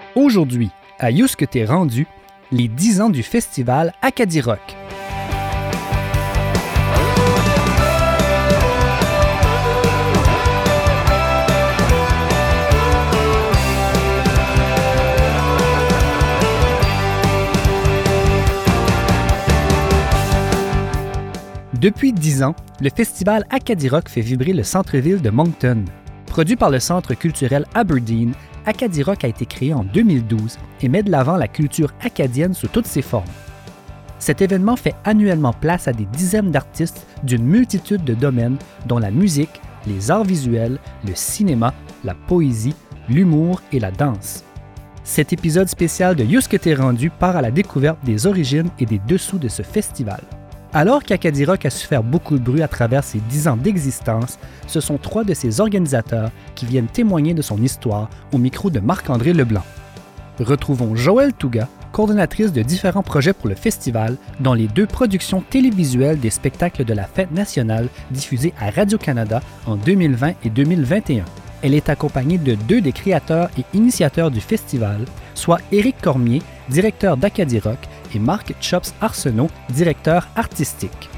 Aujourd'hui, à Où est-ce que t'es rendu, les 10 ans du festival Acadie Rock. Depuis 10 ans, le festival Acadie Rock fait vibrer le centre-ville de Moncton. Produit par le Centre culturel Aberdeen, Acadie Rock a été créé en 2012 et met de l'avant la culture acadienne sous toutes ses formes. Cet événement fait annuellement place à des dizaines d'artistes d'une multitude de domaines, dont la musique, les arts visuels, le cinéma, la poésie, l'humour et la danse. Cet épisode spécial de Où est-ce que t'es rendu part à la découverte des origines et des dessous de ce festival. Alors qu'Acadie Rock a su faire beaucoup de bruit à travers ses 10 ans d'existence, ce sont 3 de ses organisateurs qui viennent témoigner de son histoire au micro de Marc-André Leblanc. Retrouvons Joëlle Touga, coordonnatrice de différents projets pour le festival, dont les 2 productions télévisuelles des spectacles de la Fête nationale diffusées à Radio-Canada en 2020 et 2021. Elle est accompagnée de 2 des créateurs et initiateurs du festival, soit Éric Cormier, directeur d'Acadie Rock, et Marc Chops Arsenault, directeur artistique.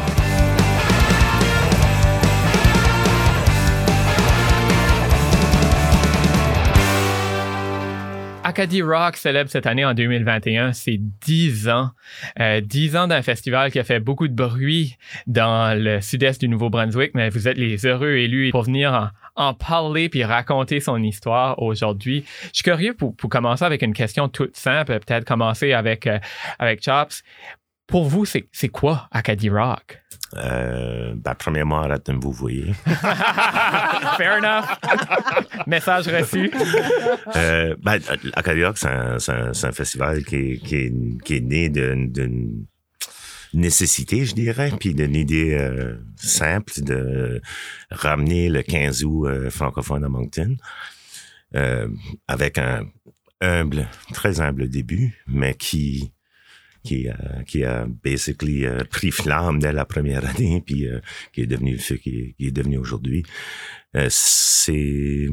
Acadie Rock célèbre cette année en 2021 ses 10 ans. 10 ans d'un festival qui a fait beaucoup de bruit dans le sud-est du Nouveau-Brunswick, mais vous êtes les heureux élus pour venir en parler puis raconter son histoire aujourd'hui. Je suis curieux pour commencer avec une question toute simple, peut-être commencer avec Chops. Pour vous, c'est quoi Acadie Rock? Premièrement, arrête de me vous voyez. Fair enough. Message reçu. Acadie Rock, c'est un festival qui est né d'une nécessité, je dirais, puis d'une idée simple de ramener le 15 août francophone à Moncton, avec un très humble début, mais qui a basically pris flamme dès la première année, puis qui est devenu ce qui est devenu aujourd'hui. C'est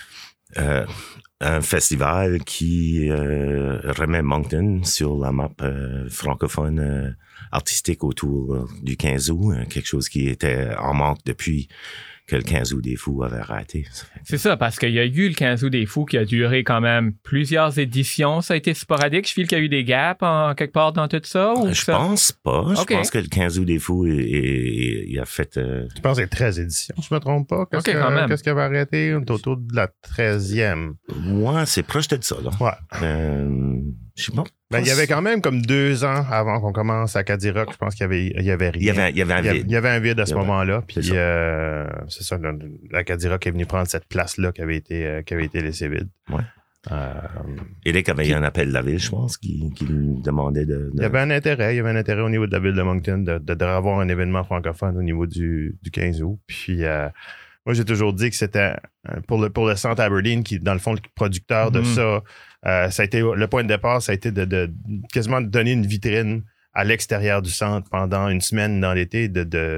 un festival qui remet Moncton sur la map francophone artistique autour du 15 août, quelque chose qui était en manque depuis que le 15 août des Fous avait raté. C'est ça, parce qu'il y a eu le 15 août des Fous qui a duré quand même plusieurs éditions. Ça a été sporadique. Je file qu'il y a eu des gaps quelque part dans tout ça? Ou je pense pas. Okay. Je pense que le 15 août des Fous, il a fait... Je pense que c'est 13 éditions, je me trompe pas. Qu'est-ce qui avait arrêté? On est autour de la 13e. Ouais, c'est proche de ça, là. Ouais. Je sais pas. Il y avait quand même comme 2 ans avant qu'on commence Acadie Rock. Je pense qu'il y avait rien. Il y avait un vide. Il y avait un vide à ce moment-là. Puis c'est ça, l'Acadie Rock est venu prendre cette place-là qui avait été laissée vide. Ouais. Éric avait eu un appel de la ville, je pense, qui nous demandait de... Il y avait un intérêt au niveau de la ville de Moncton d'avoir un événement francophone au niveau du 15 août. Puis moi, j'ai toujours dit que c'était pour le Centre Aberdeen, qui dans le fond le producteur de ça. Ça a été le point de départ, ça a été de quasiment de donner une vitrine à l'extérieur du centre pendant une semaine dans l'été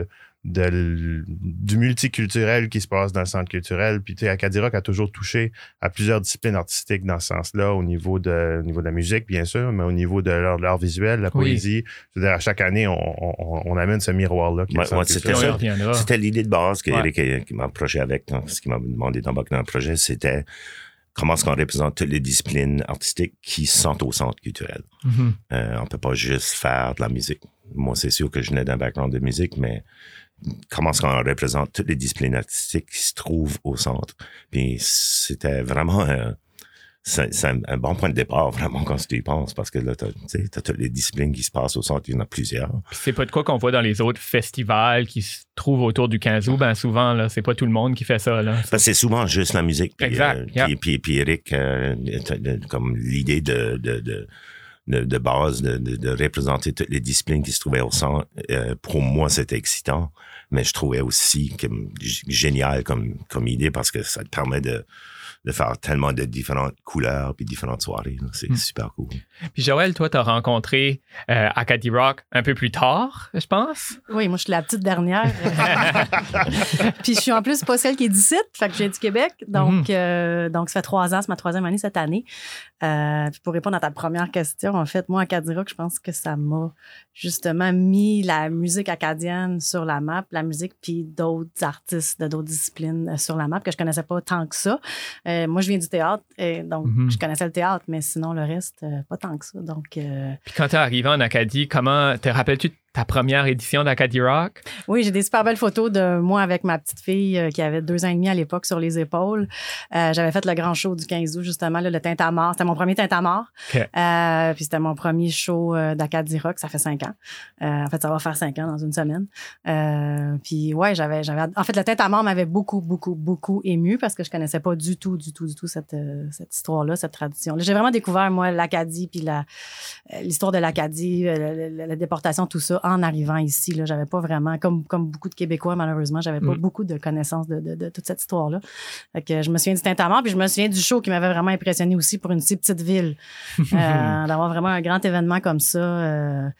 du multiculturel qui se passe dans le centre culturel. Puis tu sais, Acadie Rock a toujours touché à plusieurs disciplines artistiques dans ce sens-là, au niveau de la musique, bien sûr, mais au niveau de l'art visuel, la poésie. Je veux dire, à chaque année, on amène ce miroir-là. C'était l'idée de base qu'Éric qui m'a approché avec, ce qu'il m'a demandé d'embarquer dans le projet, c'était comment est-ce qu'on représente toutes les disciplines artistiques qui sont au centre culturel. Mm-hmm. On peut pas juste faire de la musique. Moi, c'est sûr que je venais d'un background de musique, mais comment est-ce qu'on représente toutes les disciplines artistiques qui se trouvent au centre? Puis c'était vraiment c'est un bon point de départ, vraiment, quand tu y penses, parce que là, t'as toutes les disciplines qui se passent au centre, il y en a plusieurs. C'est pas de quoi qu'on voit dans les autres festivals qui se trouvent autour du 15 août. Ben souvent, là, c'est pas tout le monde qui fait ça. Là. Parce que c'est souvent juste la musique. Puis, exact. Puis Éric, comme l'idée de base de représenter toutes les disciplines qui se trouvaient au centre, pour moi, c'était excitant, mais je trouvais aussi génial comme idée, parce que ça te permet de faire tellement de différentes couleurs puis différentes soirées. C'est super cool. Puis Joël, toi, t'as rencontré Acadie Rock un peu plus tard, je pense. Oui, moi, je suis la petite dernière. Puis je suis en plus pas celle qui est d'ici, fait que je viens du Québec. Donc, ça fait 3 ans, c'est ma 3e année cette année. Puis pour répondre à ta première question, en fait, moi, Acadie Rock, je pense que ça m'a justement mis la musique acadienne sur la map, la musique puis d'autres artistes de d'autres disciplines sur la map que je connaissais pas tant que ça. Moi, je viens du théâtre, donc je connaissais le théâtre, mais sinon, le reste, pas tant que ça. Donc, Puis quand t'es arrivé en Acadie, comment te rappelles-tu ta première édition d'Acadie Rock? Oui, j'ai des super belles photos de moi avec ma petite fille qui avait 2 ans et demi à l'époque sur les épaules. J'avais fait le grand show du 15 août, justement, là, le Tintamarre. C'était mon premier Tintamarre. Okay. Puis c'était mon premier show d'Acadie Rock. Ça fait 5 ans. En fait, ça va faire 5 ans dans une semaine. Puis ouais, j'avais... En fait, le Tintamarre m'avait beaucoup, beaucoup, beaucoup ému parce que je connaissais pas du tout cette histoire-là, cette tradition-là. J'ai vraiment découvert, moi, l'Acadie puis l'histoire de l'Acadie, la déportation, tout ça, en arrivant ici. Là, j'avais pas vraiment, comme beaucoup de Québécois, malheureusement, j'avais pas beaucoup de connaissances de toute cette histoire-là. Fait que je me souviens du Tintamarre, puis je me souviens du show qui m'avait vraiment impressionné aussi pour une si petite ville. D'avoir vraiment un grand événement comme ça.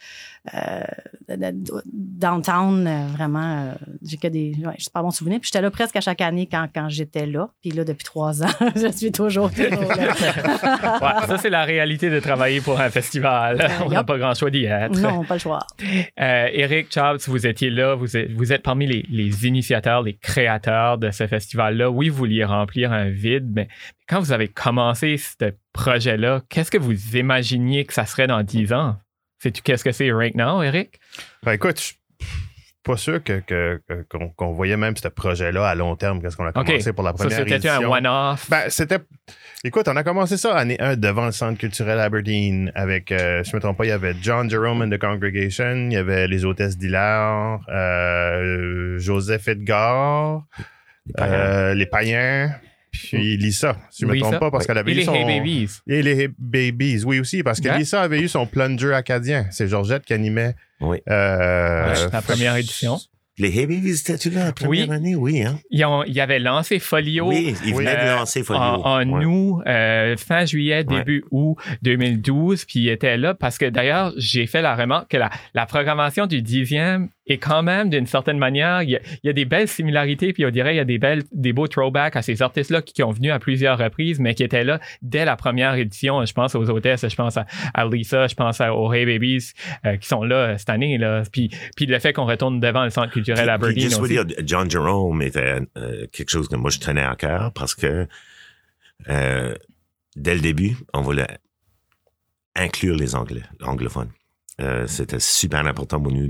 Downtown, vraiment, j'ai que des super bons souvenirs. Puis j'étais là presque à chaque année quand j'étais là. Puis là, depuis 3 ans, je suis toujours là. Ouais, ça, c'est la réalité de travailler pour un festival. On n'a pas grand choix d'y être. Non, pas le choix. Éric Chaves, vous étiez là, vous êtes parmi les initiateurs, les créateurs de ce festival-là. Oui, vous vouliez remplir un vide, mais quand vous avez commencé ce projet-là, qu'est-ce que vous imaginiez que ça serait dans 10 ans? Sais-tu qu'est-ce que c'est right now, Éric? Ben écoute, je suis pas sûr qu'on voyait même ce projet-là à long terme quand on a commencé pour la première édition. C'était un one-off? Ben, écoute, on a commencé ça année 1 devant le Centre culturel Aberdeen avec, je me trompe pas, il y avait John Jerome and the Congregation, il y avait les Hôtesses d'Hilaire, Joseph Edgar, les Païens. Puis Lisa, si je ne me trompe pas, parce qu'elle avait eu son... Et les Hey Babies. Et les Hey Babies, oui aussi, parce que Lisa avait eu son plunger acadien. C'est Georgette qui animait la première édition. Les Hey Babies, c'était-tu là la première année? Oui, hein? Ils avaient lancé Folio. Oui, ils venaient de lancer Folio. En août, fin juillet, début août 2012. Puis ils étaient là parce que d'ailleurs, j'ai fait la remarque que la programmation du 10e est quand même, d'une certaine manière, il y a des belles similarités, puis on dirait il y a des beaux throwbacks à ces artistes-là qui ont venu à plusieurs reprises, mais qui étaient là dès la première édition. Je pense aux hôtesses, je pense à Lisa, je pense aux Hey Babies qui sont là cette année. Là. Puis le fait qu'on retourne devant le Centre culturel Aberdeen aussi. Dire, John Jerome était quelque chose que moi je tenais à cœur parce que dès le début, on voulait inclure les anglophones. C'était super important pour nous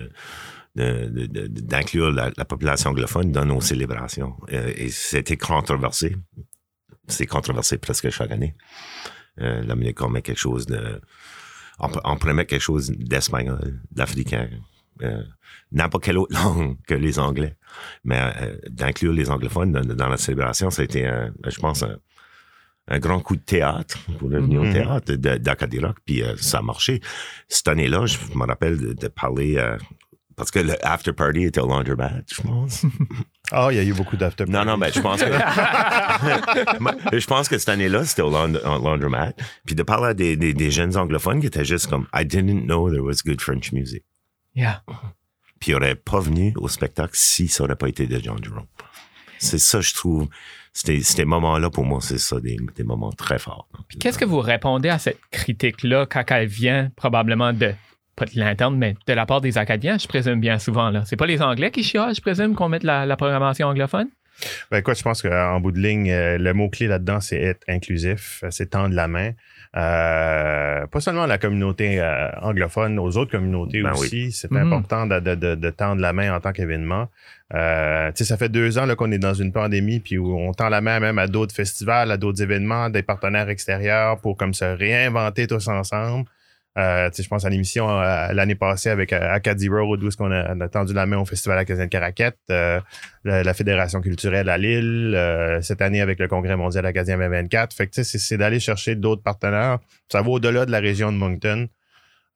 d'inclure la population anglophone dans nos célébrations. Et c'était controversé. C'est controversé presque chaque année. La musique, on met quelque chose on pourrait mettre quelque chose d'espagnol, d'africain, n'importe quelle autre langue que les Anglais. Mais d'inclure les anglophones dans la célébration, ça a été, je pense, un grand coup de théâtre pour revenir au théâtre d'Acadie Rock, puis ça a marché. Cette année-là, je me rappelle de parler, parce que le after party était au Laundromat, je pense. Il y a eu beaucoup d'after party. Non, mais je pense que je pense que cette année-là, c'était au Laundromat, puis de parler à des jeunes anglophones qui étaient juste comme I didn't know there was good French music. Yeah. Puis ils n'auraient pas venu au spectacle si ça n'aurait pas été de John Jerome. C'est ça, je trouve. Ces moments-là, pour moi, c'est ça, des moments très forts. Puis qu'est-ce que vous répondez à cette critique-là quand elle vient probablement pas de l'interne, mais de la part des Acadiens, je présume bien souvent, là. C'est pas les Anglais qui chialent, je présume, qu'on mette la programmation anglophone? Ben écoute, je pense qu'en bout de ligne, le mot-clé là-dedans, c'est être inclusif, c'est tendre la main. Pas seulement à la communauté anglophone, aux autres communautés aussi. Oui. C'est important de tendre la main en tant qu'événement. Ça fait 2 ans là, qu'on est dans une pandémie, puis où on tend la main même à d'autres festivals, à d'autres événements, des partenaires extérieurs pour comme se réinventer tous ensemble. Je pense à l'émission l'année passée avec Acadie Road, où on a tendu la main au Festival acadien de Caraquette, la Fédération culturelle à Lille, cette année avec le Congrès mondial acadien 2024. Fait que c'est d'aller chercher d'autres partenaires. Ça va au-delà de la région de Moncton.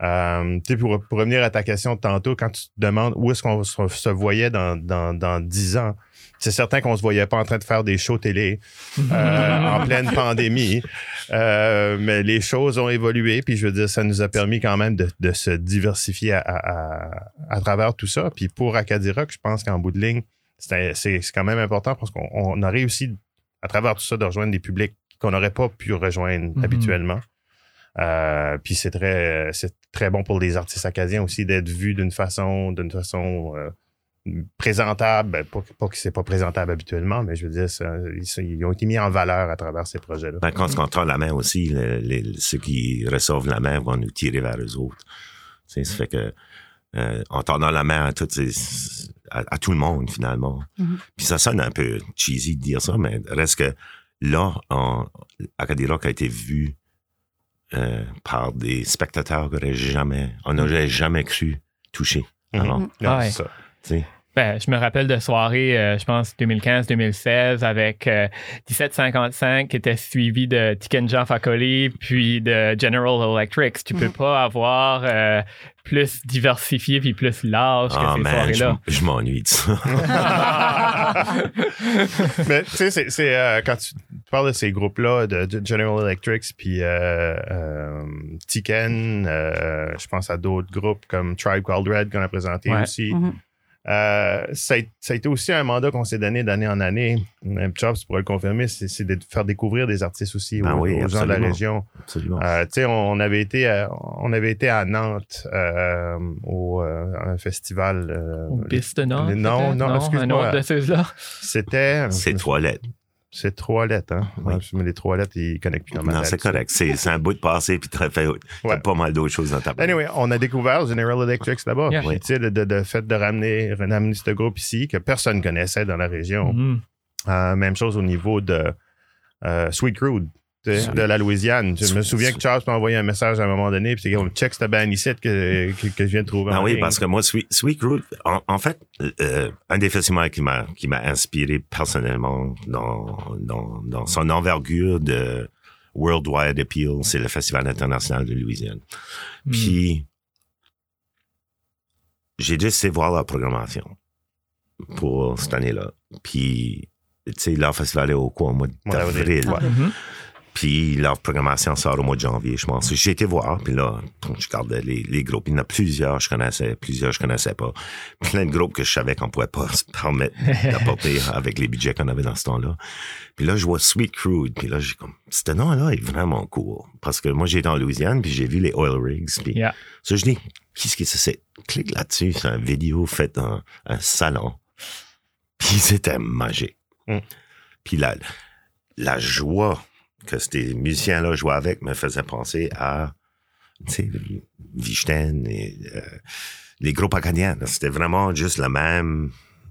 Pour revenir à ta question de tantôt, quand tu te demandes où est-ce qu'on se voyait dans 10 ans, c'est certain qu'on se voyait pas en train de faire des shows télé en pleine pandémie, mais les choses ont évolué, puis je veux dire, ça nous a permis quand même de se diversifier à travers tout ça. Puis pour Acadie Rock, je pense qu'en bout de ligne, c'est quand même important parce qu'on a réussi à travers tout ça de rejoindre des publics qu'on n'aurait pas pu rejoindre habituellement. Puis c'est très bon pour les artistes acadiens aussi d'être vus d'une façon présentable, pas que c'est pas présentable habituellement, mais je veux dire, ils ont été mis en valeur à travers ces projets-là. Quand on tend la main aussi, ceux qui reçoivent la main vont nous tirer vers eux autres. Ça fait que en tendant la main à tout le monde, finalement. Puis ça sonne un peu cheesy de dire ça, mais reste que là, Acadie Rock a été vu par des spectateurs qu'on n'aurait jamais cru toucher avant. Ouais. Ça. Je me rappelle de soirées, je pense 2015-2016 avec 1755 qui était suivi de Tikenja Fakoli puis de General Electric. Tu peux pas avoir plus diversifié puis plus large que ces soirées-là. Je m'ennuie de ça. Mais tu sais, c'est quand tu parles de ces groupes-là, de General Electric puis Tiken, je pense à d'autres groupes comme Tribe Called Red qu'on a présenté aussi. Ça a été aussi un mandat qu'on s'est donné d'année en année. Chops, tu pourrais le confirmer, c'est de faire découvrir des artistes aussi aux gens de la région. Absolument. On avait été à Nantes au un festival. Au Piste de Nantes? Non, excuse-moi. Un autre de ceux-là? C'était... C'est Toilettes. C'est Toilettes, hein? Oui. Mais les Toilettes, ils connectent plus normalement. Non, c'est correct. C'est un bout de passé, puis t'as pas mal d'autres choses dans ta tête. Anyway, on a découvert General Electric là-bas. Yeah. Puis, tu sais, le fait de ramener ce groupe ici, que personne connaissait dans la région. Même chose au niveau de Sweet Crude, de la Louisiane. Je me souviens que Charles m'a envoyé un message à un moment donné, puis c'est comme, check cette band ici que je viens de trouver. Oui, parce que moi, Sweet Crude, en fait, un des festivals qui m'a inspiré personnellement dans son envergure de worldwide appeal, c'est le Festival international de Louisiane. Puis, j'ai décidé de voir la programmation pour cette année-là. Puis, tu sais, leur festival est au mois d'avril. Puis leur programmation sort au mois de janvier, je pense. J'ai été voir, puis là, je regardais les groupes. Il y en a plusieurs je connaissais pas. Plein de groupes que je savais qu'on pouvait pas se permettre d'apporter avec les budgets qu'on avait dans ce temps-là. Puis là, je vois Sweet Crude, puis là, j'ai comme, ce nom-là est vraiment cool. Parce que moi, j'étais en Louisiane, puis j'ai vu les Oil Rigs, puis ça, je dis, qu'est-ce que c'est? Clique là-dessus, c'est une vidéo faite dans un salon. Puis c'était magique. Puis la joie que ces musiciens-là jouaient avec me faisait penser à, tu sais, Vichten et les groupes acadiens. C'était vraiment juste le même,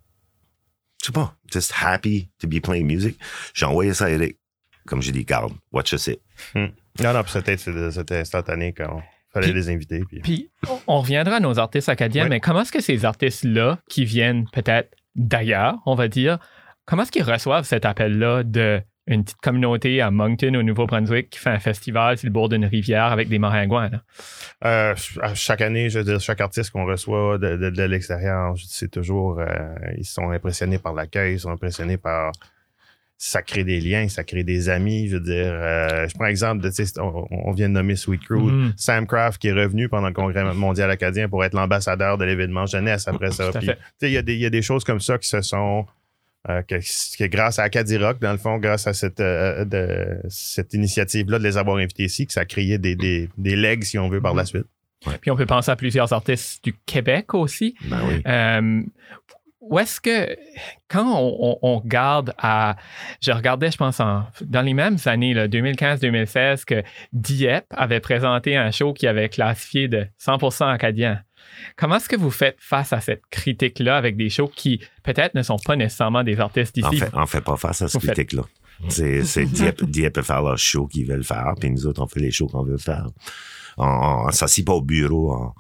je sais pas, just happy to be playing music. J'ai envoyé ça à Eric. Comme j'ai dit, garde, watch us it. Non, c'était instantané quand fallait les inviter. Puis on reviendra à nos artistes acadiens, mais comment est-ce que ces artistes-là, qui viennent peut-être d'ailleurs, on va dire, comment est-ce qu'ils reçoivent cet appel-là d'une petite communauté à Moncton, au Nouveau-Brunswick, qui fait un festival sur le bord d'une rivière avec des maringouins? Chaque année, je veux dire, chaque artiste qu'on reçoit de l'extérieur, c'est toujours... ils sont impressionnés par l'accueil, ils sont impressionnés par... Ça crée des liens, ça crée des amis. Je veux dire, je prends l'exemple de, on vient de nommer Sweet Crude, Sam Craft qui est revenu pendant le Congrès mondial acadien pour être l'ambassadeur de l'événement jeunesse après ça. Puis, il y a des choses comme ça qui se sont... que grâce à Acadie Rock, dans le fond, grâce à cette initiative-là de les avoir invités ici, que ça a créé des legs, si on veut, par la suite. Ouais. Puis on peut penser à plusieurs artistes du Québec aussi. Ben oui. Où est-ce que, quand on regarde à... Je regardais, je pense, dans les mêmes années, 2015-2016, que Dieppe avait présenté un show qui avait classifié de 100% acadien. Comment est-ce que vous faites face à cette critique-là avec des shows qui, peut-être, ne sont pas nécessairement des artistes d'ici? On fait pas face à cette critique-là. C'est Dieppe peut faire leur show qu'ils veulent faire, puis nous autres, on fait les shows qu'on veut faire. On s'assied pas au bureau,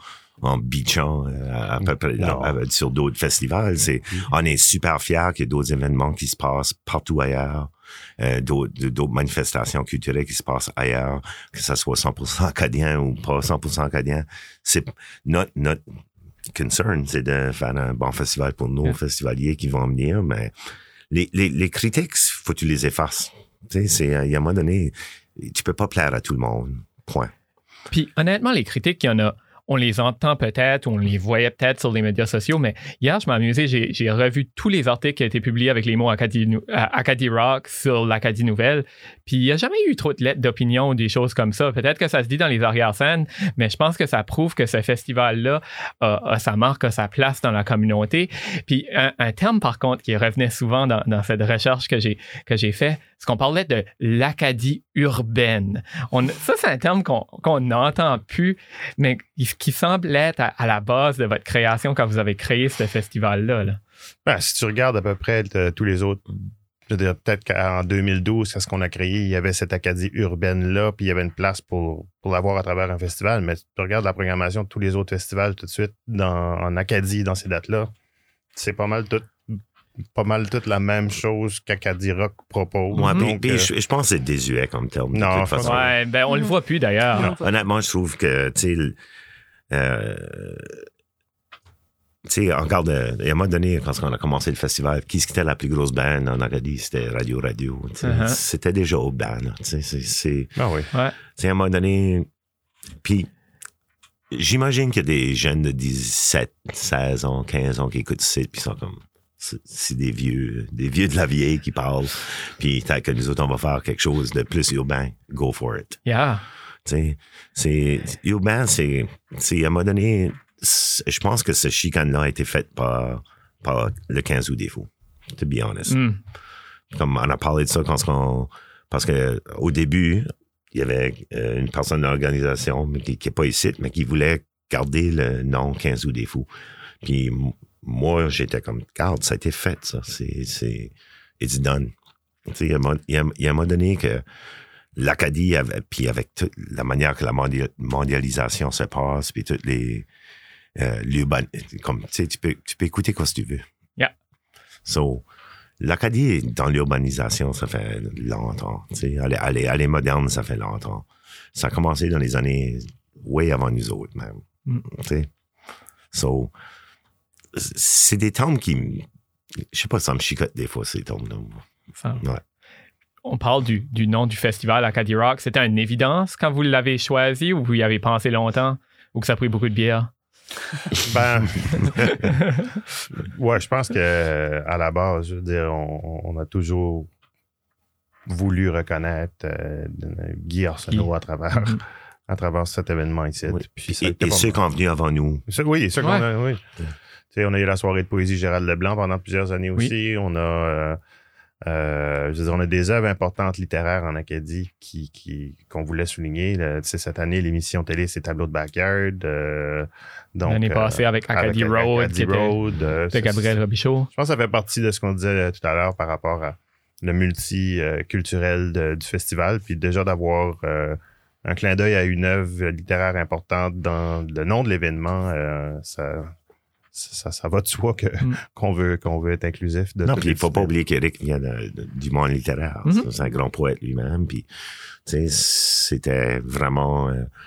en beachant à peu près sur d'autres festivals. On est super fiers qu'il y ait d'autres événements qui se passent partout ailleurs, d'autres manifestations culturelles qui se passent ailleurs, que ça soit 100% acadien ou pas 100% acadien. C'est notre concern, c'est de faire un bon festival pour nos festivaliers qui vont venir, mais les critiques, faut que tu les effaces. Tu sais, il y a un moment donné, tu peux pas plaire à tout le monde. Point. Puis, honnêtement, les critiques qu'il y en a, on les entend peut-être, on les voyait peut-être sur les médias sociaux, mais hier, je m'amusais, j'ai revu tous les articles qui ont été publiés avec les mots Acadie Rock sur l'Acadie Nouvelle, puis il n'y a jamais eu trop de lettres d'opinion ou des choses comme ça. Peut-être que ça se dit dans les arrière-scènes, mais je pense que ça prouve que ce festival-là a sa marque, a sa place dans la communauté. Puis un terme, par contre, qui revenait souvent dans cette recherche que j'ai fait, c'est qu'on parlait de l'Acadie urbaine. Ça, c'est un terme qu'on n'entend plus, mais qui semble être à la base de votre création quand vous avez créé ce festival-là. Là. Ben, si tu regardes à peu près tous les autres, je veux dire, peut-être qu'en 2012, c'est ce qu'on a créé, il y avait cette Acadie urbaine-là, puis il y avait une place pour l'avoir à travers un festival, mais tu regardes la programmation de tous les autres festivals tout de suite en Acadie, dans ces dates-là, c'est pas mal toute la même chose qu'Acadie Rock propose. Ouais, donc, je pense que c'est désuet comme terme. Non, de toute façon. Ouais, ben on le voit plus d'ailleurs. Non, honnêtement, je trouve que, tu sais, regarde, il y a un moment donné, quand on a commencé le festival, qui était la plus grosse band en Acadie? C'était Radio. C'était déjà au band. Ah oui. Ouais. À un moment donné, puis j'imagine qu'il y a des jeunes de 17, 16 ans, 15 ans qui écoutent ça, puis sont comme... C'est des vieux de la vieille qui parlent. Puis, tant que nous autres, on va faire quelque chose de plus urbain, go for it. Yeah. Tu sais, urbain, c'est à un moment donné, je pense que ce chicane-là a été fait par le 15 août des Fous, to be honest. Comme on a parlé de ça parce que au début, il y avait une personne de l'organisation qui n'est pas ici, mais qui voulait garder le nom 15 août des Fous. Puis, moi, j'étais comme, regarde, ça a été fait, ça. It's done. Tu sais, il y a un moment donné que l'Acadie, puis avec toute la manière que la mondialisation se passe, puis toutes les comme, tu sais, tu peux écouter quoi si tu veux. Yeah. So, l'Acadie, dans l'urbanisation, ça fait longtemps. Tu sais, elle est moderne, ça fait longtemps. Ça a commencé dans les années way avant nous autres, même. Tu sais. So, c'est des termes qui... Je sais pas, ça me chicote des fois, ces termes-là. Ouais. On parle du nom du festival Acadie Rock. C'était une évidence quand vous l'avez choisi ou vous y avez pensé longtemps ou que ça a pris beaucoup de bière? Ben, ouais, je pense que à la base, je veux dire, on a toujours voulu reconnaître Guy Arsenault à travers cet événement ici. Oui. Puis et ceux qui ont venu avant nous. Oui, ceux qu'on a, oui. On a eu la soirée de poésie Gérald Leblanc pendant plusieurs années aussi. Oui. On a, on a des œuvres importantes littéraires en Acadie qu'on voulait souligner. Cette année, l'émission télé, c'est Tableau de Backyard. L'année passée avec Acadie Road, de Gabriel Robichaud. Je pense que ça fait partie de ce qu'on disait tout à l'heure par rapport à le multiculturel du festival. Puis déjà d'avoir un clin d'œil à une œuvre littéraire importante dans le nom de l'événement, ça va de soi qu'on veut être inclusif. Non, puis il ne faut pas oublier qu'Éric vient du monde littéraire. C'est un grand poète lui-même. Puis, tu sais, c'était vraiment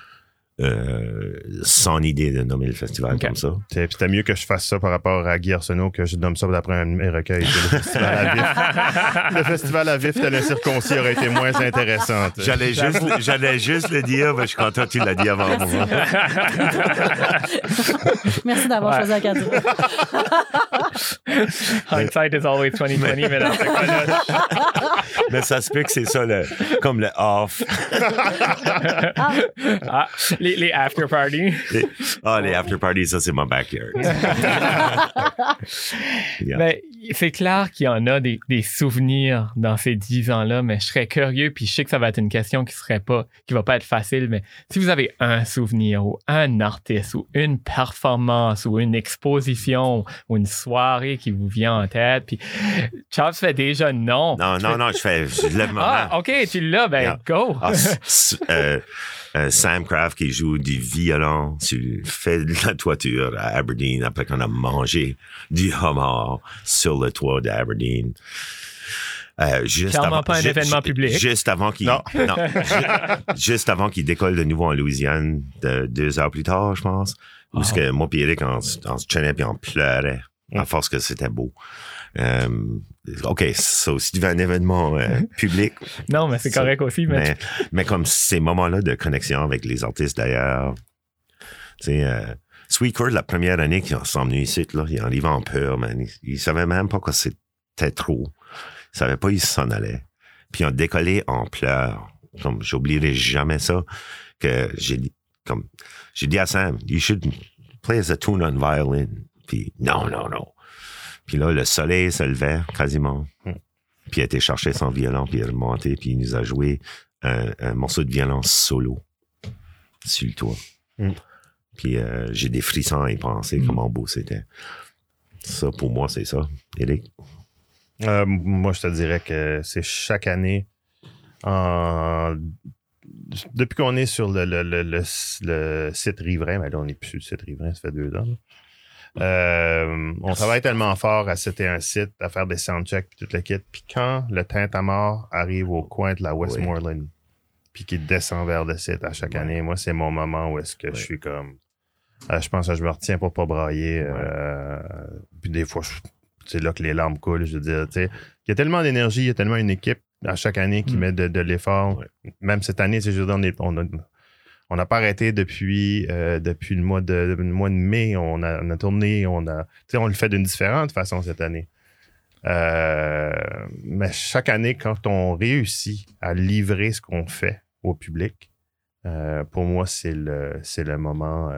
son idée de nommer le festival comme ça. Puis c'était mieux que je fasse ça par rapport à Guy Arsenault, que je nomme ça d'après un de mes recueils. Le festival à vif. Le festival à vif de l'incirconcis aurait été moins intéressant. J'allais juste le dire, mais je suis content que tu l'as dit avant moi. Merci d'avoir choisi Acadie. Hindsight is always 20/20, mais ça se peut que c'est ça, comme le off. Les after parties. Les after parties, ça, c'est mon backyard. Yeah. Mais c'est clair qu'il y en a des souvenirs dans ces 10 ans-là, mais je serais curieux, puis je sais que ça va être une question qui va pas être facile, mais si vous avez un souvenir ou un artiste ou une performance ou une exposition ou une soirée qui vous vient en tête, puis Charles fait déjà non. Non, je lève ma main. OK, tu l'as, ben yeah. go. Sam Craft qui joue du violon fait de la toiture à Aberdeen après qu'on a mangé du homard sur le toit d'Aberdeen. Clairement pas un événement public. Juste avant qu'il décolle de nouveau en Louisiane 2 heures plus tard, je pense. Parce que moi et Eric, on se traînait puis on pleurait à force que c'était beau. OK, so, si tu veux un événement public... Non, mais c'est correct aussi. Mais comme ces moments-là de connexion avec les artistes d'ailleurs, tu sais... Sweetcourt, la première année qu'ils sont venus ici, là, ils arrivaient en peur, man. Ils savaient même pas que c'était trop. Ils savaient pas où ils s'en allaient. Puis ils ont décollé en pleurs. Comme, j'oublierai jamais ça, que j'ai dit à Sam, you should play as a tune on violin. Puis non. Puis là, le soleil se levait quasiment. Puis il a été chercher son violon, puis il est remonté, puis il nous a joué un morceau de violon solo sur le toit. Puis j'ai des frissons à y penser, comment beau c'était. Ça, pour moi, c'est ça. Eric? Moi, je te dirais que c'est chaque année, depuis qu'on est sur le site riverain, mais là, on n'est plus sur le site riverain, ça fait 2 ans. On travaille tellement fort à setter un site, à faire des soundchecks, puis tout le kit. Puis quand le Tintamarre arrive au coin de la Westmoreland, puis qu'il descend vers le site à chaque année, moi, c'est mon moment où est-ce que je suis comme... je pense que je me retiens pour pas brailler. Puis des fois, c'est là que les larmes coulent, je veux dire. Il y a tellement d'énergie, il y a tellement une équipe à chaque année qui met de l'effort. Même cette année, je veux dire, on n'a pas arrêté depuis le mois de mai. On a tourné, on le fait d'une différente façon cette année. Mais chaque année, quand on réussit à livrer ce qu'on fait au public, pour moi, c'est le moment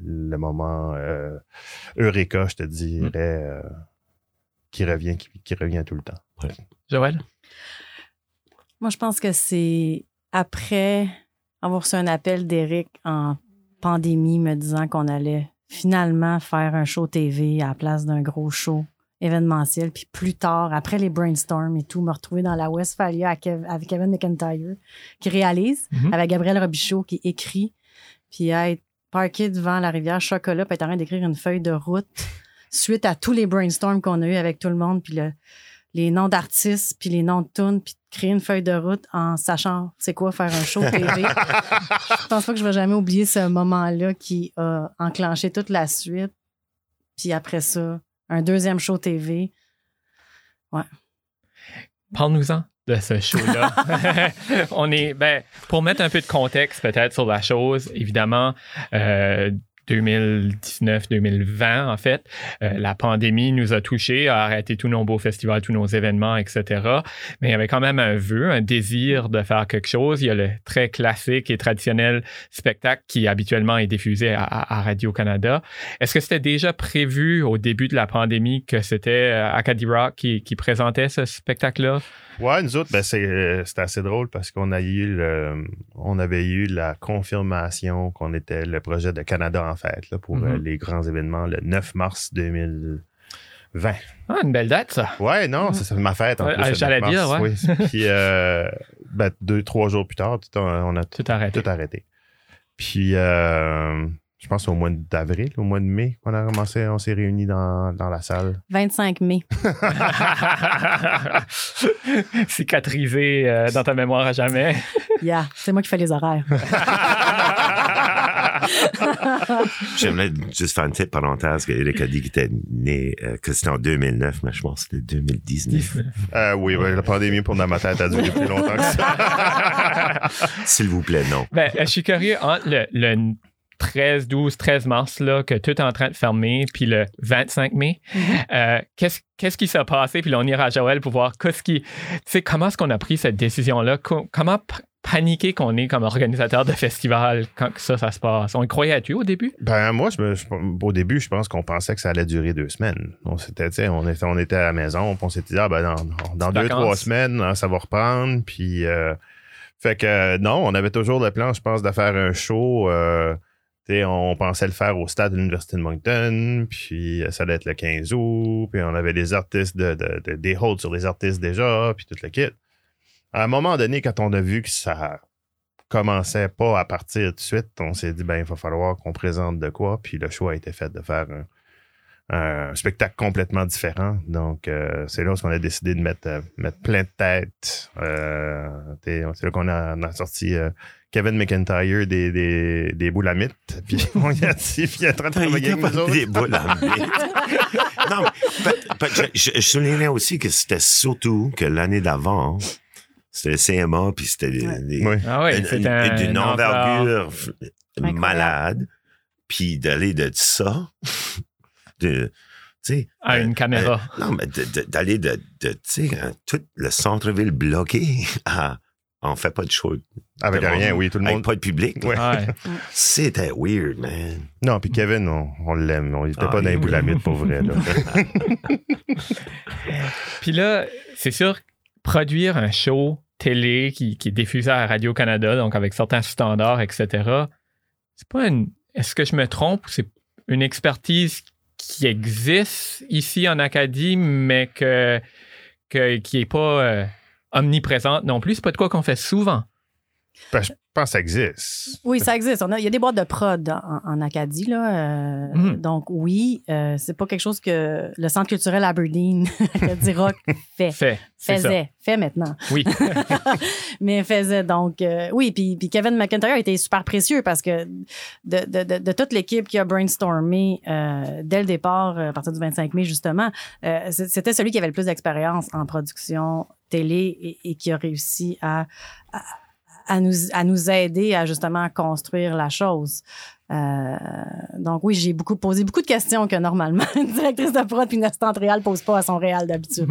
Eureka, je te dirais, qui revient tout le temps. Ouais. Joël? Moi, je pense que c'est après avoir reçu un appel d'Éric en pandémie me disant qu'on allait finalement faire un show TV à la place d'un gros show événementiel. Puis plus tard, après les brainstorms et tout, me retrouver dans la Westphalia avec Kevin McIntyre qui réalise, avec Gabriel Robichaud qui écrit, puis être parké devant la rivière Chocolat, puis être en train d'écrire une feuille de route suite à tous les brainstorms qu'on a eu avec tout le monde, puis les noms d'artistes, puis les noms de tunes, puis créer une feuille de route en sachant c'est quoi faire un show TV. Je pense pas que je vais jamais oublier ce moment-là qui a enclenché toute la suite. Puis après ça, un deuxième show TV. Ouais. Parle-nous-en de ce show-là. Pour mettre un peu de contexte peut-être sur la chose, évidemment, 2019-2020, en fait. La pandémie nous a touchés, a arrêté tous nos beaux festivals, tous nos événements, etc. Mais il y avait quand même un vœu, un désir de faire quelque chose. Il y a le très classique et traditionnel spectacle qui habituellement est diffusé à Radio-Canada. Est-ce que c'était déjà prévu au début de la pandémie que c'était Acadie Rock qui présentait ce spectacle-là? Ouais, nous autres, c'était assez drôle parce qu'on avait eu la confirmation qu'on était le projet de Canada en fête là, pour les grands événements le 9 mars 2020. Ah, une belle date, ça. Ouais, non, c'est ma fête en plus. J'allais dire, ouais. Oui. Puis 2-3 jours plus tard, on a tout arrêté. Puis je pense au mois d'avril, au mois de mai, qu'on a commencé, on s'est réunis dans la salle. 25 mai. Cicatrisé dans ta mémoire à jamais. Yeah, c'est moi qui fais les horaires. J'aimerais juste faire une petite parenthèse qu'Éric a dit qu'il était né, que c'était en 2009, mais je pense que c'était 2019. Oui, la pandémie pour dans ma tête a duré plus longtemps que ça. S'il vous plaît, non. Je suis curieux entre le 13 mars, là, que tout est en train de fermer, puis le 25 mai. Qu'est-ce qui s'est passé? Puis là, on ira à Joël pour voir comment est-ce qu'on a pris cette décision-là? Comment paniqué qu'on est comme organisateur de festival quand ça se passe? On y croyait-tu au début? Moi, au début, je pense qu'on pensait que ça allait durer 2 semaines. On était à la maison, on s'était dit, dans 2-3 semaines, ça va reprendre, puis... fait que non, on avait toujours le plan, je pense, de faire un show... on pensait le faire au stade de l'Université de Moncton, puis ça allait être le 15 août, puis on avait des artistes, des holds sur les artistes déjà, puis tout le kit. À un moment donné, quand on a vu que ça commençait pas à partir tout de suite. On s'est dit, il va falloir qu'on présente de quoi. Puis le choix a été fait de faire un spectacle complètement différent. Donc, c'est là où on a décidé de mettre plein de têtes. C'est là qu'on a sorti Kevin McIntyre des Boulamites. Puis on y a dit, puis il est en train de travailler avec nous autres. Des Boulamites. Non, mais je soulignais aussi que c'était surtout que l'année d'avant, c'était le CMA, puis c'était d'une envergure malade. Puis d'aller de ça... à une caméra. Non, mais d'aller de tout le centre-ville bloqué à on fait pas de show. Avec rien, oui, tout le monde. Avec pas de public. Ouais. C'était weird, man. Non, puis Kevin, on l'aime. Il était pas dans les Boulamites pour vrai. Là. Puis là, c'est sûr, produire un show télé qui est diffusé à Radio-Canada, donc avec certains standards, etc., c'est pas une... Est-ce que je me trompe ou c'est une expertise qui existe ici en Acadie, mais qui n'est pas omniprésente non plus? C'est pas de quoi qu'on fait souvent. Je pense que ça existe. Oui, ça existe. Il y a des boîtes de prod en Acadie, là. Donc, oui, c'est pas quelque chose que le Centre culturel Aberdeen, Acadie Rock, fait maintenant. Oui. Mais faisait. Donc, oui. Puis Kevin McIntyre a été super précieux parce que de toute l'équipe qui a brainstormé dès le départ, à partir du 25 mai, justement, c'était celui qui avait le plus d'expérience en production télé et qui a réussi à nous aider à justement construire la chose. Donc oui, j'ai posé beaucoup de questions que normalement une directrice de prod puis une assistante réelle pose pas à son réel d'habitude.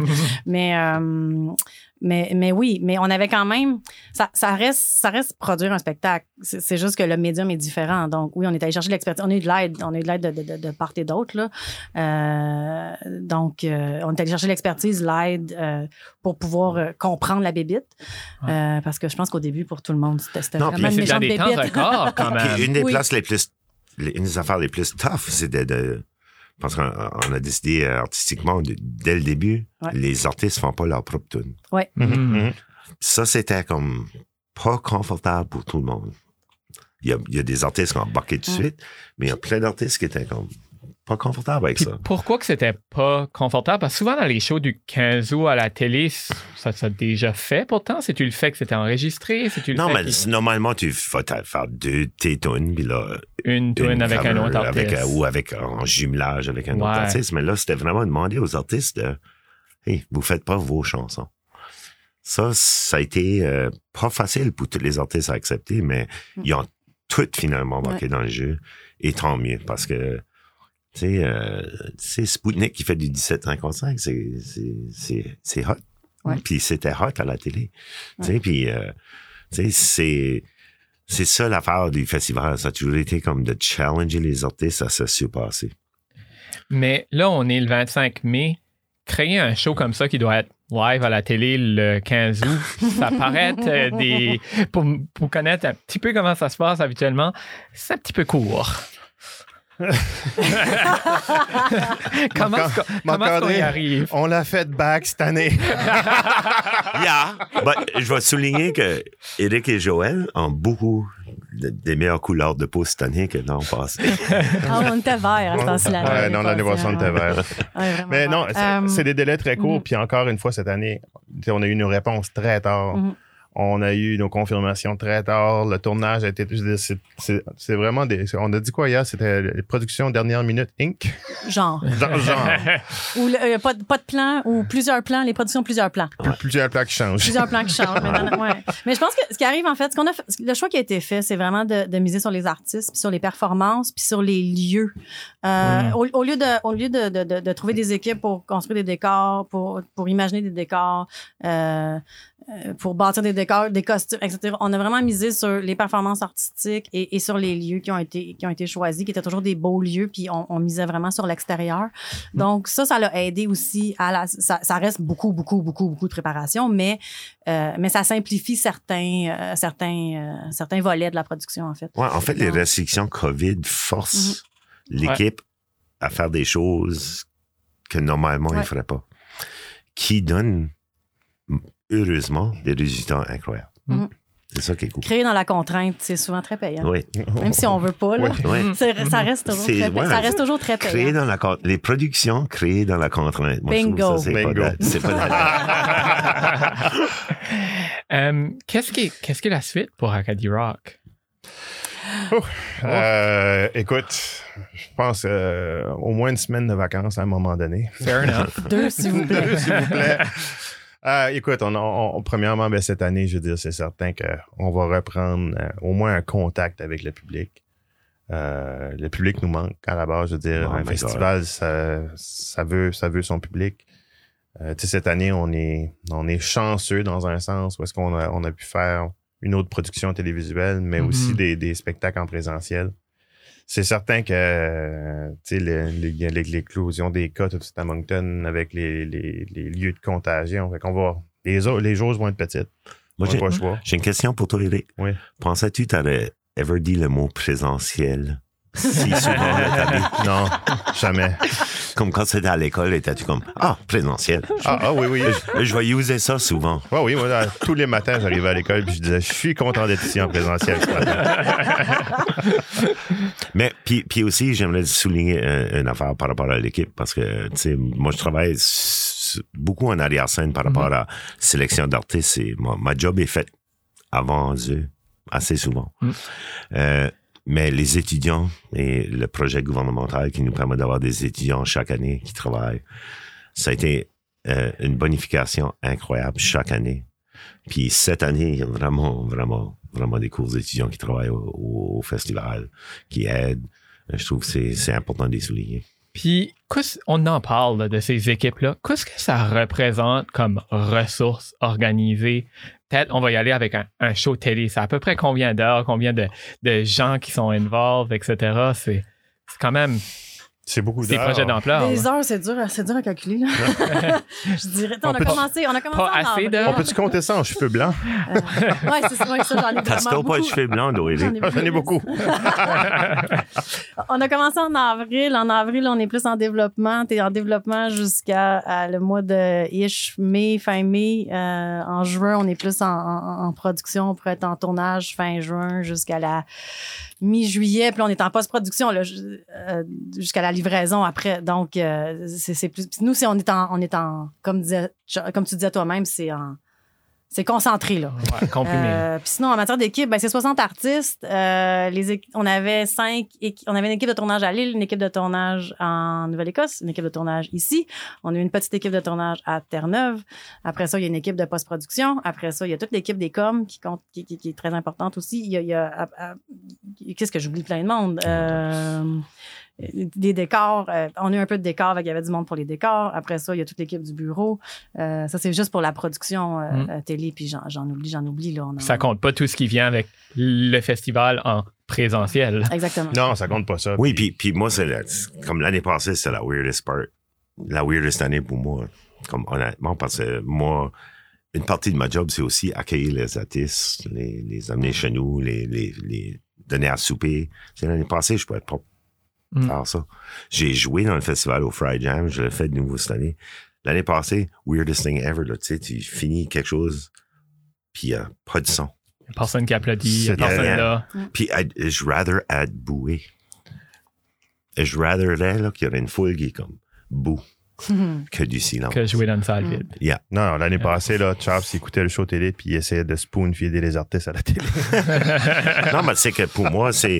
Mais oui, mais on avait quand même ça reste produire un spectacle. C'est juste que le médium est différent. Donc oui, on est allé chercher l'expertise, on a eu de l'aide de part et d'autre là. Donc on est allé chercher l'expertise, l'aide pour pouvoir comprendre la bébite. Parce que je pense qu'au début pour tout le monde c'était vraiment une méchante bébite. Quand même. Puis une des places une des affaires les plus tough, c'était parce qu'on a décidé artistiquement, dès le début, les artistes font pas leur propre tune. Oui. Ça, c'était comme pas confortable pour tout le monde. Il y a des artistes qui ont embarqué tout de suite, mais il y a plein d'artistes qui étaient comme pas confortables avec ça. Pourquoi que c'était pas confortable? Parce que souvent, dans les shows du 15 août à la télé, ça s'est déjà fait pourtant. C'est-tu le fait que c'était enregistré? Non, mais normalement, tu vas faire tes tunes, puis là... Une tune avec un autre artiste. Ou en jumelage avec un autre artiste. Mais là, c'était vraiment demander aux artistes de... Hey, vous faites pas vos chansons. Ça a été pas facile pour tous les artistes à accepter, mais ils ont toutes finalement marqué dans le jeu. Et tant mieux, parce que c'est Spoutnik qui fait du 1755, c'est hot. Puis c'était hot à la télé. Puis c'est ça l'affaire du festival. Ça a toujours été comme de challenger les artistes à se surpasser. Mais là, on est le 25 mai. Créer un show comme ça qui doit être live à la télé le 15 août, ça paraît être pour connaître un petit peu comment ça se passe habituellement, c'est un petit peu court. Comment on y arrive? On l'a fait back cette année. Je vais souligner que Éric et Joël ont beaucoup des meilleures couleurs de peau cette année que l'an passé. On était vert à ce temps-ci. Non, l'année passée, on était vert. Mais non, c'est des délais très courts. Puis encore une fois, cette année, on a eu une réponse très tard. On a eu nos confirmations très tard. Le tournage a été... C'est vraiment on a dit quoi hier? C'était les productions dernière minute Inc. Genre. Ou pas de plan ou plusieurs plans, les productions plusieurs plans. Plusieurs plans qui changent. Plusieurs plans qui changent. Mais je pense que ce qui arrive, en fait, le choix qui a été fait, c'est vraiment de miser sur les artistes, puis sur les performances, puis sur les lieux. Au lieu de trouver des équipes pour construire des décors, pour imaginer des décors, pour bâtir des décors, des costumes, etc. On a vraiment misé sur les performances artistiques et sur les lieux qui ont été choisis, qui étaient toujours des beaux lieux, puis on misait vraiment sur l'extérieur. Donc ça l'a aidé aussi ça reste beaucoup de préparation, mais ça simplifie certains volets de la production, en fait. Ouais, en fait, les restrictions COVID forcent l'équipe à faire des choses que normalement ils ne feraient pas, qui donnent heureusement des résultats incroyables. C'est ça qui est cool. Créer dans la contrainte, c'est souvent très payant. Oui. Même si on veut pas, là, Oui. ça reste toujours très payant. Créer les productions créées dans la contrainte. Moi, Bingo. Je trouve ça, c'est pas Qu'est-ce qui est la suite pour Acadie Rock? Écoute, je pense au moins une semaine de vacances à un moment donné. Fair enough. 2, s'il vous plaît. S'il vous plaît. Écoute, premièrement, cette année, je veux dire, c'est certain qu'on va reprendre au moins un contact avec le public. Le public nous manque à la base. Je veux dire, un festival, ça veut son public. Cette année, on est chanceux dans un sens où est-ce qu'on a pu faire une autre production télévisuelle, mais aussi des spectacles en présentiel. C'est certain que l'éclosion des cas tout de suite à Moncton avec les lieux de contagion, fait qu'on va les choses vont être petites. Moi, j'ai une question pour toi, Éric. Oui. Pensais-tu que tu avais ever dit le mot présentiel si souvent de ta vie? Non, jamais. Comme quand c'était à l'école, étais-tu comme présentiel? Oui. Je vais user ça souvent. Oui, moi, tous les matins, j'arrivais à l'école et je disais, je suis content d'être ici en présentiel. Mais puis aussi, j'aimerais souligner une affaire par rapport à l'équipe parce que, tu sais, moi, je travaille beaucoup en arrière-scène par rapport à sélection d'artistes et ma job est faite avant eux assez souvent. Mais les étudiants et le projet gouvernemental qui nous permet d'avoir des étudiants chaque année qui travaillent, ça a été une bonification incroyable chaque année. Puis cette année, il y a vraiment, vraiment, vraiment des cours d'étudiants qui travaillent au festival, qui aident. Je trouve que c'est important de les souligner. Puis, on en parle là, de ces équipes-là. Qu'est-ce que ça représente comme ressources organisées? Peut-être on va y aller avec un show télé. C'est à peu près combien d'heures, combien de gens qui sont involved, etc. C'est quand même... C'est beaucoup d'heures. Des projets d'ampleur. Des heures, c'est dur à calculer. Là. Je dirais, on a commencé pas en avril. On peut-tu compter ça en cheveux blancs? Oui, c'est ça, j'en ai T'as vraiment pas de cheveux blancs, Dory. J'en ai beaucoup. On a commencé en avril. En avril, on est plus en développement. T'es en développement jusqu'à le mois de fin mai. En juin, on est plus en production pour être en tournage fin juin jusqu'à la mi-juillet. Puis là, on est en post-production là, jusqu'à la livraison après. Donc, c'est plus... Nous, on est en comme tu disais toi-même, c'est concentré, là. Ouais, comprimé. Puis sinon, en matière d'équipe, c'est 60 artistes. On avait une équipe de tournage à Lille, une équipe de tournage en Nouvelle-Écosse, une équipe de tournage ici. On a eu une petite équipe de tournage à Terre-Neuve. Après ça, il y a une équipe de post-production. Après ça, il y a toute l'équipe des coms qui est très importante aussi. Il y a qu'est-ce que j'oublie plein de monde? Des décors. On a eu un peu de décors, il y avait du monde pour les décors. Après ça, il y a toute l'équipe du bureau. Ça, c'est juste pour la production télé, puis j'en oublie. Là, ça compte pas tout ce qui vient avec le festival en présentiel. Exactement. Non, ça compte pas ça. Oui, puis moi, comme l'année passée, c'est la weirdest part. La weirdest année pour moi, comme honnêtement, parce que moi, une partie de ma job, c'est aussi accueillir les artistes, les amener chez nous, les donner à souper. C'est l'année passée, je pouvais pas faire ça. J'ai joué dans le festival au Fry Jam, je l'ai fait de nouveau cette année. L'année passée, weirdest thing ever, là, tu sais, tu finis quelque chose, puis il n'y a pas de son. Il n'y a personne qui applaudit, il n'y a personne là. Puis je rather être boué. Je rather là qu'il y aurait une foule qui est comme boue. Que du silence. Que jouer dans une salle vide. Yeah. Non, l'année passée, là, Charles écoutait le show télé puis il essayait de spoon-feeder les artistes à la télé. Non, mais c'est que pour moi, c'est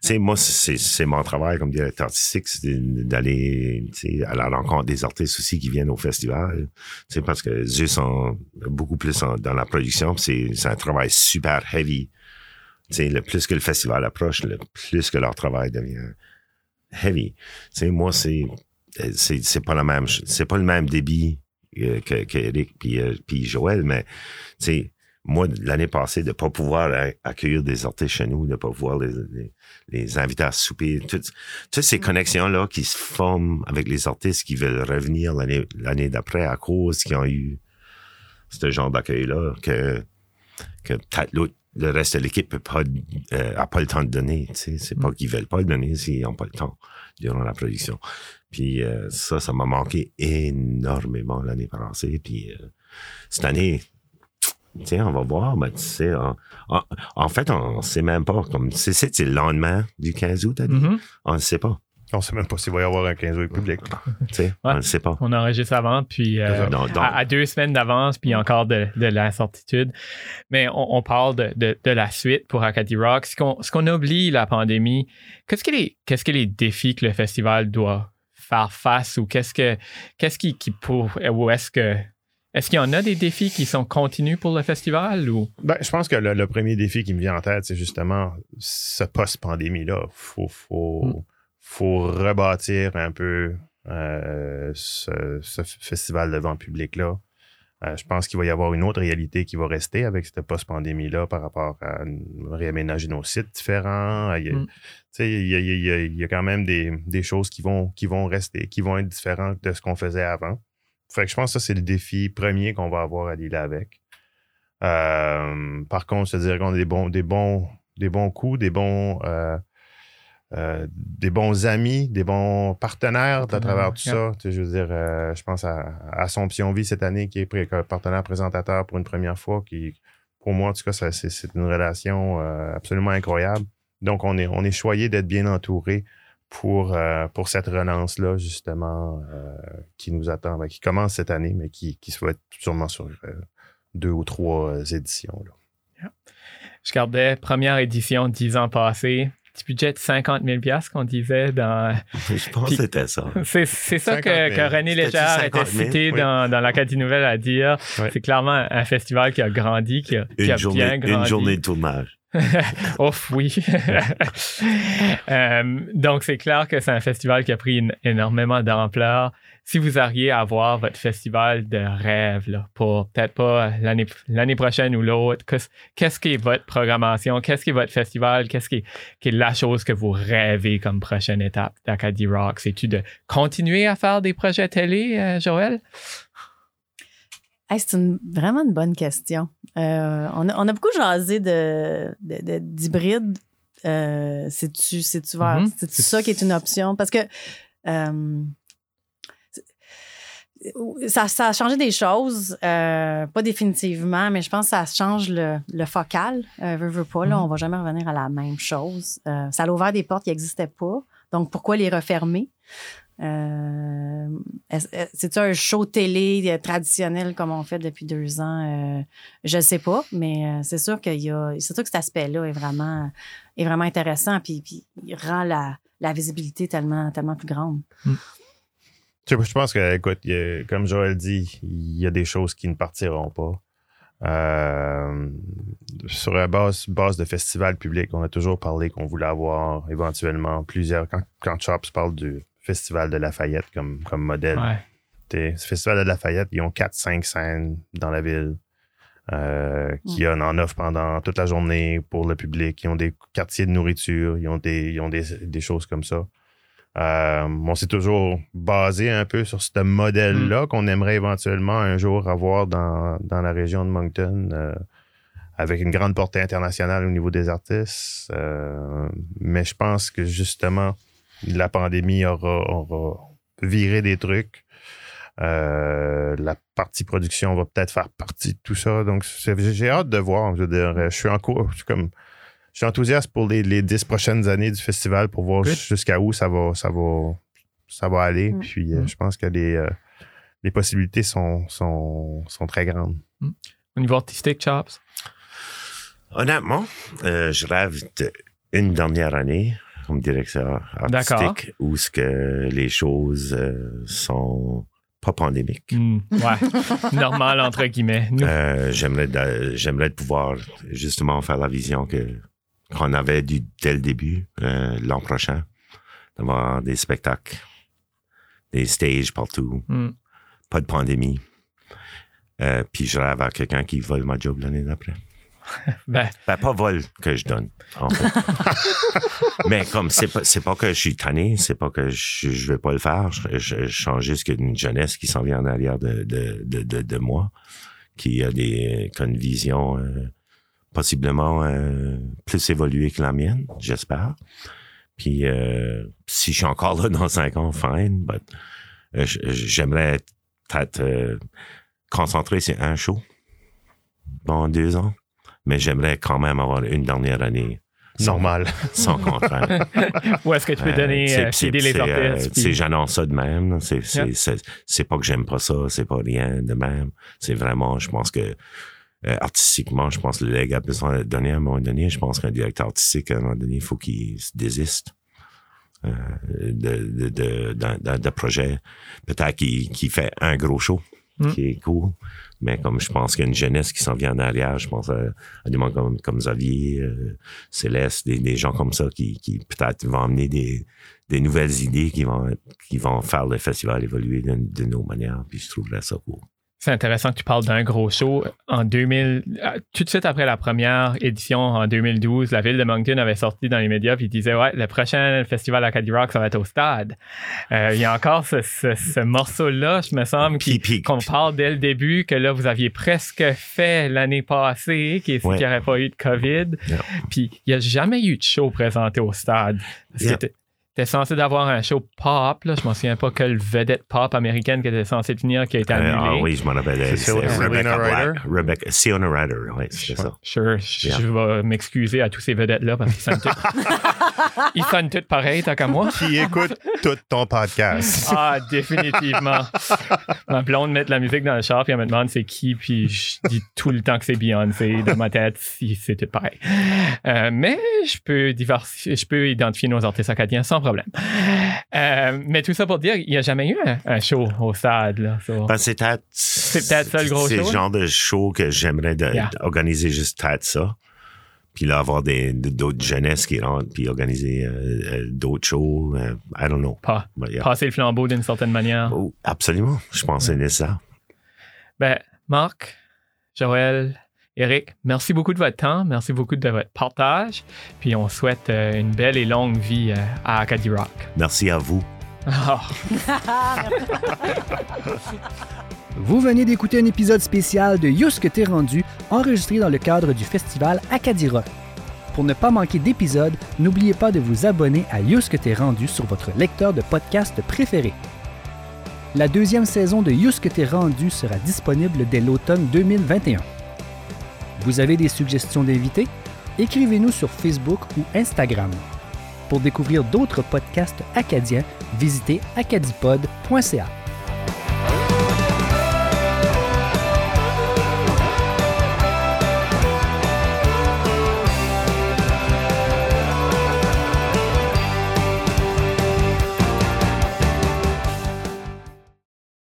mon travail comme directeur artistique, c'est d'aller à la rencontre des artistes aussi qui viennent au festival. Parce que eux sont beaucoup plus dans la production. C'est un travail super heavy. Le plus que le festival approche, le plus que leur travail devient heavy. Moi, c'est pas le même débit que Eric puis Joël, mais moi l'année passée de pas pouvoir accueillir des artistes chez nous, de pas pouvoir les inviter à souper, toutes ces connexions là qui se forment avec les artistes qui veulent revenir l'année d'après à cause qu'ils ont eu ce genre d'accueil là que peut-être le reste de l'équipe a pas le temps de donner. C'est pas qu'ils veulent pas le donner, s'ils n'ont pas le temps durant la production. Puis ça m'a manqué énormément l'année passée. Puis cette année, on va voir. Ben, en fait, on ne sait même pas. Comme c'est le lendemain du 15 août, t'as dit? On ne sait pas. On ne sait même pas s'il va y avoir un 15 août public. On ne sait pas. On enregistre avant, puis à 2 semaines d'avance, puis encore de l'incertitude. Mais on parle de la suite pour Acadie Rock. Ce qu'on oublie, la pandémie, qu'est-ce que les défis que le festival doit faire face ou est-ce qu'il y en a des défis qui sont continus pour le festival ou? Ben, je pense que le premier défi qui me vient en tête, c'est justement ce post-pandémie-là. Faut rebâtir un peu ce festival devant public-là. Je pense qu'il va y avoir une autre réalité qui va rester avec cette post-pandémie-là par rapport à réaménager nos sites différents. Il y a quand même des choses qui vont rester, qui vont être différentes de ce qu'on faisait avant. Fait que je pense que ça, c'est le défi premier qu'on va avoir à dealer avec. Par contre, c'est-à-dire qu'on a des bons coups, des bons amis, des bons partenaires à travers tout ça. Je veux dire, je pense à Assomption Vie cette année qui est partenaire présentateur pour une première fois, qui, pour moi, en tout cas, c'est une relation absolument incroyable. Donc, on est choyé d'être bien entouré pour cette relance-là, justement, qui nous attend, qui commence cette année, mais qui va être sûrement sur 2 ou 3 éditions. Là. Yeah. Je regardais première édition 10 ans passés. Petit budget de 50 000 $ qu'on disait dans... Je pense que c'était ça. C'est ça que René Légère était cité dans l'Acadie Nouvelle à dire. Oui. C'est clairement un festival qui a grandi, qui a bien grandi. Une journée de tournage. Ouf, oui. Donc, c'est clair que c'est un festival qui a pris énormément d'ampleur. Si vous auriez à avoir votre festival de rêve, là, pour peut-être pas l'année prochaine ou l'autre, qu'est-ce qui est votre programmation? Qu'est-ce qui est votre festival? Qu'est-ce qui est la chose que vous rêvez comme prochaine étape d'Acadie Rock? C'est-tu de continuer à faire des projets télé, Joël? Hey, c'est vraiment une bonne question. On a beaucoup jasé d'hybride. C'est-tu ça qui est une option? Parce que ça a changé des choses, pas définitivement, mais je pense que ça change le focal. Veux pas, là, on va jamais revenir à la même chose. Ça a ouvert des portes qui n'existaient pas. Donc, pourquoi les refermer? C'est-tu un show télé traditionnel comme on fait depuis 2 ans? Je ne sais pas, mais c'est sûr que cet aspect-là est vraiment intéressant, puis il rend la visibilité tellement plus grande. Je pense que, écoute, comme Joël dit, il y a des choses qui ne partiront pas. Sur la base de festival public, on a toujours parlé qu'on voulait avoir éventuellement plusieurs... Quand Chops parle du Festival de Lafayette comme modèle. Ouais. Ce Festival de Lafayette, ils ont 4-5 scènes dans la ville qui en offrent pendant toute la journée pour le public. Ils ont des quartiers de nourriture, ils ont des choses comme ça. On s'est toujours basé un peu sur ce modèle-là qu'on aimerait éventuellement un jour avoir dans la région de Moncton avec une grande portée internationale au niveau des artistes. Mais je pense que justement, la pandémie aura viré des trucs. La partie production va peut-être faire partie de tout ça. Donc, j'ai hâte de voir. Je veux dire, je suis enthousiaste pour les 10 prochaines années du festival pour voir jusqu'à où ça va aller. Puis, je pense que les possibilités sont très grandes. Au niveau artistique, Chops? Honnêtement, je rêve d'une dernière année comme directeur artistique où ce que les choses sont pas pandémiques. Ouais, normal entre guillemets. J'aimerais pouvoir justement faire la vision qu'on avait dès le début l'an prochain, d'avoir des spectacles, des stages partout, pas de pandémie. Puis je rêve à quelqu'un qui vole ma job l'année d'après. Pas vol que je donne, en fait. Mais comme c'est pas que je suis tanné, c'est pas que je vais pas le faire. Je change juste qu'une jeunesse qui s'en vient en arrière de moi, qui a une vision possiblement plus évoluée que la mienne, j'espère. Puis si je suis encore là dans 5 ans, fine. But j'aimerais peut-être concentrer sur un show. pendant 2 ans, mais j'aimerais quand même avoir une dernière année. Normal. Sans contrainte. Où est-ce que tu peux donner, aider les artistes? J'annonce ça de même. C'est pas que j'aime pas ça, c'est pas rien de même. C'est vraiment, je pense que artistiquement, je pense que le leg a besoin de donner à un moment donné. Je pense qu'un directeur artistique, à un moment donné, il faut qu'il se désiste de projet. Peut-être qu'il fait un gros show qui est cool. Mais comme je pense qu'il y a une jeunesse qui s'en vient en arrière, je pense à des gens comme Xavier, Céleste, des gens comme ça qui peut-être vont amener des nouvelles idées qui vont faire le festival évoluer de nos manières. Puis je trouverais ça cool. C'est intéressant que tu parles d'un gros show. En 2000, tout de suite après la première édition, en 2012, la ville de Moncton avait sorti dans les médias puis disait ouais, le prochain festival Acadie Rock, ça va être au stade. Il y a encore ce morceau-là, je me semble, qu'on parle dès le début, que là, vous aviez presque fait l'année passée, qu'il n'y aurait pas eu de COVID. Yeah. Puis il n'y a jamais eu de show présenté au stade. T'es censé d'avoir un show pop, là. Je m'en souviens pas quelle vedette pop américaine qui était censée venir qui a été annulée. Oui, je m'en rappelle. C'est Rebecca Ryder. Sienna Ryder, oui, c'est ça. Sure. Je vais m'excuser à tous ces vedettes-là parce qu'ils sonnent tous pareil, tant qu'à moi. Qui écoute tout ton podcast. Ah, définitivement. Ma blonde met de la musique dans le char puis elle me demande c'est qui, puis je dis tout le temps que c'est Beyoncé. Dans ma tête, c'est tout pareil. Mais je peux identifier nos artistes acadiens sans problème. Mais tout ça pour dire, il n'y a jamais eu un show au stade. Là, c'est peut-être ça le gros show. C'est le genre de show que j'aimerais organiser juste peut-être ça. Puis là, avoir d'autres jeunesses qui rentrent puis organiser d'autres shows. I don't know. Passer le flambeau d'une certaine manière. Oh, absolument. Je pense que c'est nécessaire. Ben, Marc, Joël, Éric, merci beaucoup de votre temps, merci beaucoup de votre partage, puis on souhaite une belle et longue vie à Acadie Rock. Merci à vous. Oh. Vous venez d'écouter un épisode spécial de You's que t'es rendu, enregistré dans le cadre du festival Acadie Rock. Pour ne pas manquer d'épisodes, n'oubliez pas de vous abonner à You's que t'es rendu sur votre lecteur de podcast préféré. La 2e saison de You's que t'es rendu sera disponible dès l'automne 2021. Vous avez des suggestions d'invités? Écrivez-nous sur Facebook ou Instagram. Pour découvrir d'autres podcasts acadiens, visitez acadipod.ca.